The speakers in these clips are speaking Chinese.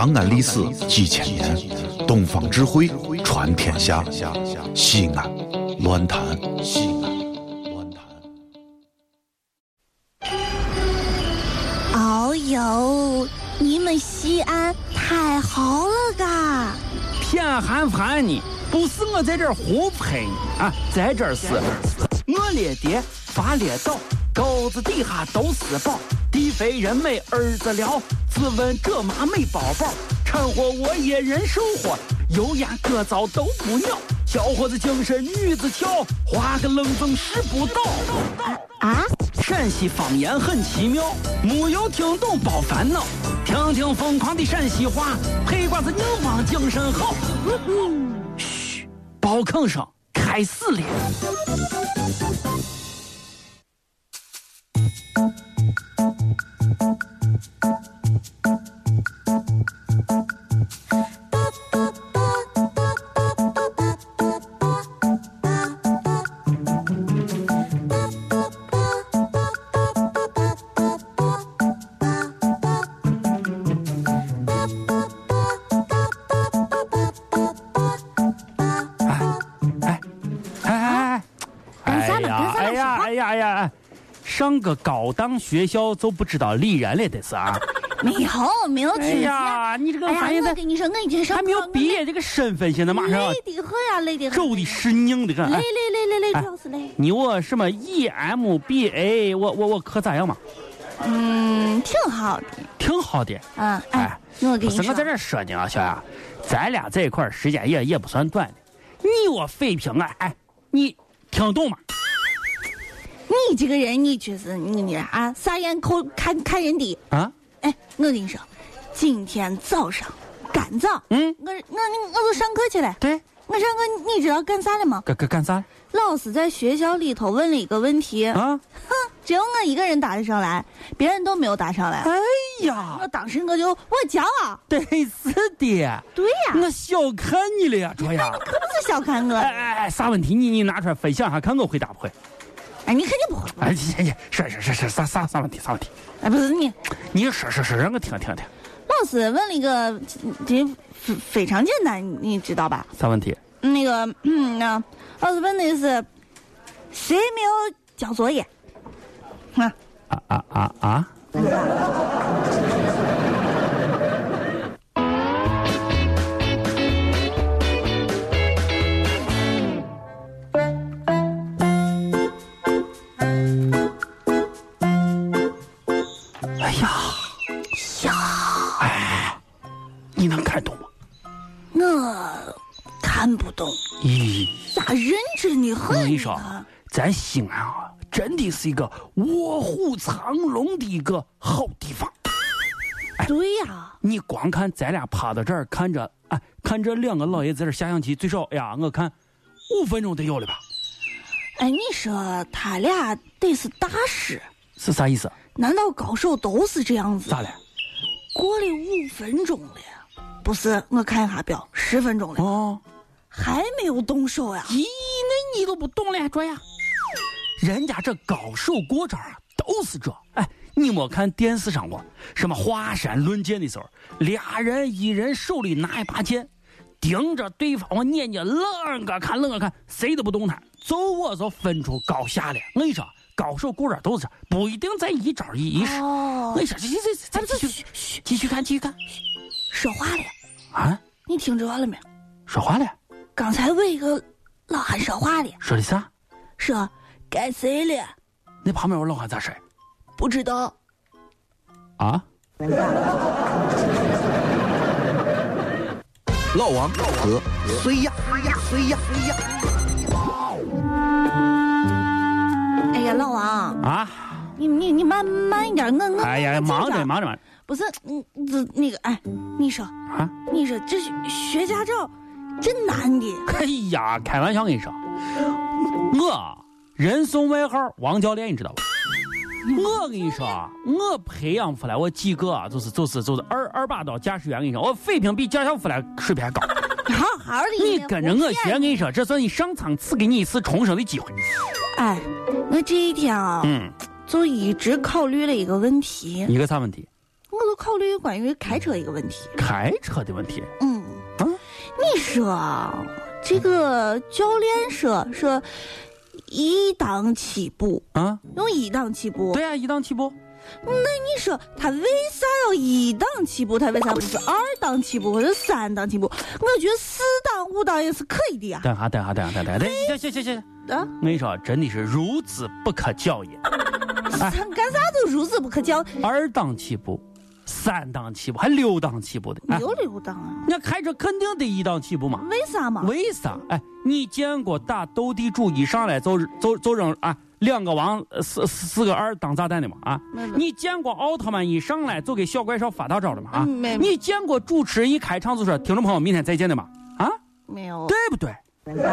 长安历史几千年，东方智慧传天下。西安，乱谈西安。 哦呦，你们西安太好了嘎！ 偏寒寒你，不是我在这儿胡喷你啊，在这儿是我列爹发列倒，沟子底下都是宝，地肥人美儿子了，自问这妈没宝宝，掺和我也人生活，油盐各糟都不尿，小伙子精神女子俏，画个冷风使不倒。陕西方言很奇妙，没有听懂别烦恼，听听疯狂的陕西话，黑瓜子硬邦精神好。嘘，包吭声开始了。上个高档学校就不知道理人了的是啊！ 没有听见。 哎呀，你这个发现我跟你说，我已经上还没有毕业，这个身份现在马上累的很呀，累的很。 皱的是拧的很。 累，主要是累。 你我什么 EMBA， 我课咋样嘛？ 挺好的。 挺好的。 我跟你说， 不是我在这说呢啊，小雅，咱俩在一块儿时间也不算短的。你我水平啊，你听懂吗？ 你这个人，你就是你啊，撒眼口看人低啊！我跟你说，今天早上干早，我就上课去了。 对， 我上课，你知道干啥了吗？ 干啥？ 老师在学校里头问了一个问题啊，只有我一个人答得上来，别人都没有答上来。 哎呀， 我当时我骄傲。 对，是的。 对呀， 我小看你了呀，卓雅。 你可不是小看我。 啥问题？你拿出来分享一下，看我回答不会。 你肯定不会。 是啥问题？啥问题？ 不是你说，让我听。 老师问了一个，这非常简单，你知道吧？ 啥问题？ 老师问的是谁没有交作业？ 你能看懂吗？ 我看不懂。咋认真的很？ 我跟你说，咱西安啊，真的是一个卧虎藏龙的一个好地方。 对呀， 你光看咱俩趴到这儿看着两个老爷在这下象棋，最少我看5分钟得有了吧？ 你说他俩得是大师， 是啥意思？ 难道高手都是这样子？ 咋了？ 过了5分钟了，不是，我看一下表，10分钟了，还没有动手呀？ 那你都不懂了，这呀？人家这高手过招啊，都是这。你没看电视上过什么华山论剑的时候，俩人一人手里拿一把剑，盯着对方我念着冷个看，谁都不动弹，我就分出高下了。我跟你说，高手过招都是不一定在一招一式。我跟你说，咱继续看。 说话了啊？ 你听着了没？说话了？ 刚才为一个老汉说话了。 说的啥？ 说该谁了？ 那旁边有老汉咋说？ 不知道。 老王和谁呀？ 哎呀，老王你慢一点，我忙着。 不是，你说这学驾照真难的。 哎呀，开玩笑跟你说，我人送外号王教练，你知道吧？我跟你说，我培养出来我几个就是二把刀驾驶员，跟你说，我水平比驾校出来水平还高。 好的， 你跟着我学，跟你说，这算你上苍赐给你一次重生的机会。 我这一天就一直考虑了一个问题。 一个啥问题？ 我就考虑关于开车一个问题。 开车的问题？ 你说这个教练说1档起步啊，用1档起步。 对啊，1档起步。 那你说他为啥要1档起步？他为啥不是2档起步或者3档起步？我觉得4档、5档也是可以的呀。 等下，行。啊！我跟你说，真的是孺子不可教也。 干啥都孺子不可教 ？2档起步。3档起步，还6档起步的， 有6档啊！ 那开车肯定得1档起步嘛？ 为啥嘛？ 为啥？你见过打斗地主一上来就扔2个王4个2当炸弹的吗？你见过奥特曼一上来就给小怪兽发大招的吗？你见过主持人一开场就说听众朋友明天再见的吗？ 没有， 对不对？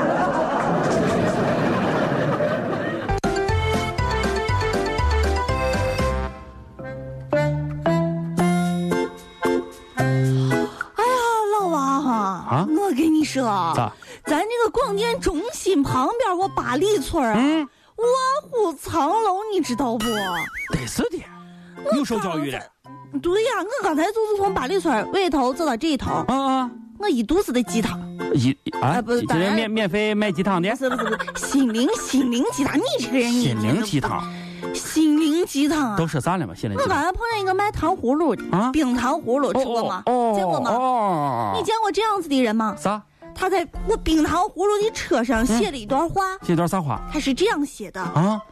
我跟你说，咱这个广电中心旁边我八里村卧虎藏龙，你知道不？ 得是的，有受教育的。 对呀，我刚才就是从八里村外头走到这一头我一肚子的鸡汤。 不，当然免费卖鸡汤的。 不是，心灵鸡汤，你这个人， 心灵鸡汤。 心灵鸡汤都说啥了嘛？心灵鸡汤。 我刚才碰见一个卖糖葫芦的冰糖葫芦，吃过吗？见过吗？你见过这样子的人吗？ 啥？ 他在我冰糖葫芦的车上写了一段话。 写段啥话？ 他是这样写的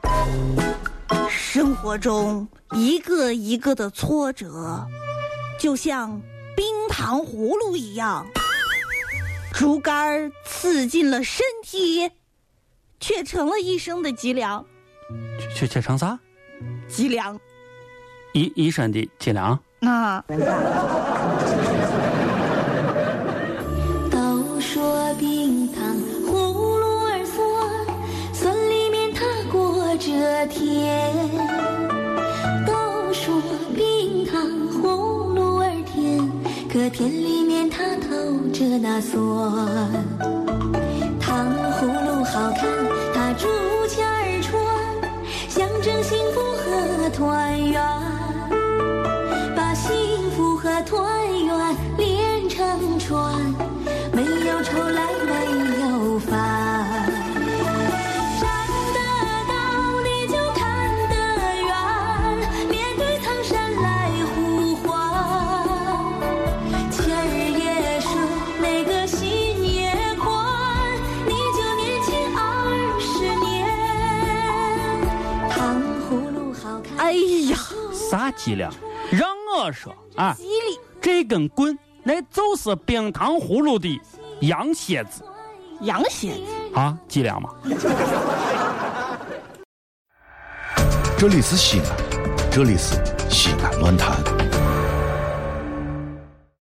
生活中一个一个的挫折，就像冰糖葫芦一样，竹竿刺进了身体，却成了一生的脊梁。 却成啥？ 脊梁。 一身的脊梁。 都说冰糖葫芦儿酸里面它裹着甜。都说冰糖葫芦儿甜，可甜里面它透着那酸。糖葫芦好看，它竹签儿穿，象征幸福和团圆，把幸福和团圆连成串，没有愁来没有烦。站得高你就看得远，面对苍山来呼唤，钱儿也顺，那个心也宽，你就年轻20年。糖葫芦好看。 哎呀， 啥脊梁？让我说吉利， 这根棍那就是冰糖葫芦的羊蝎子。 羊蝎子脊梁嘛。 这里是西安，这里是西安论坛。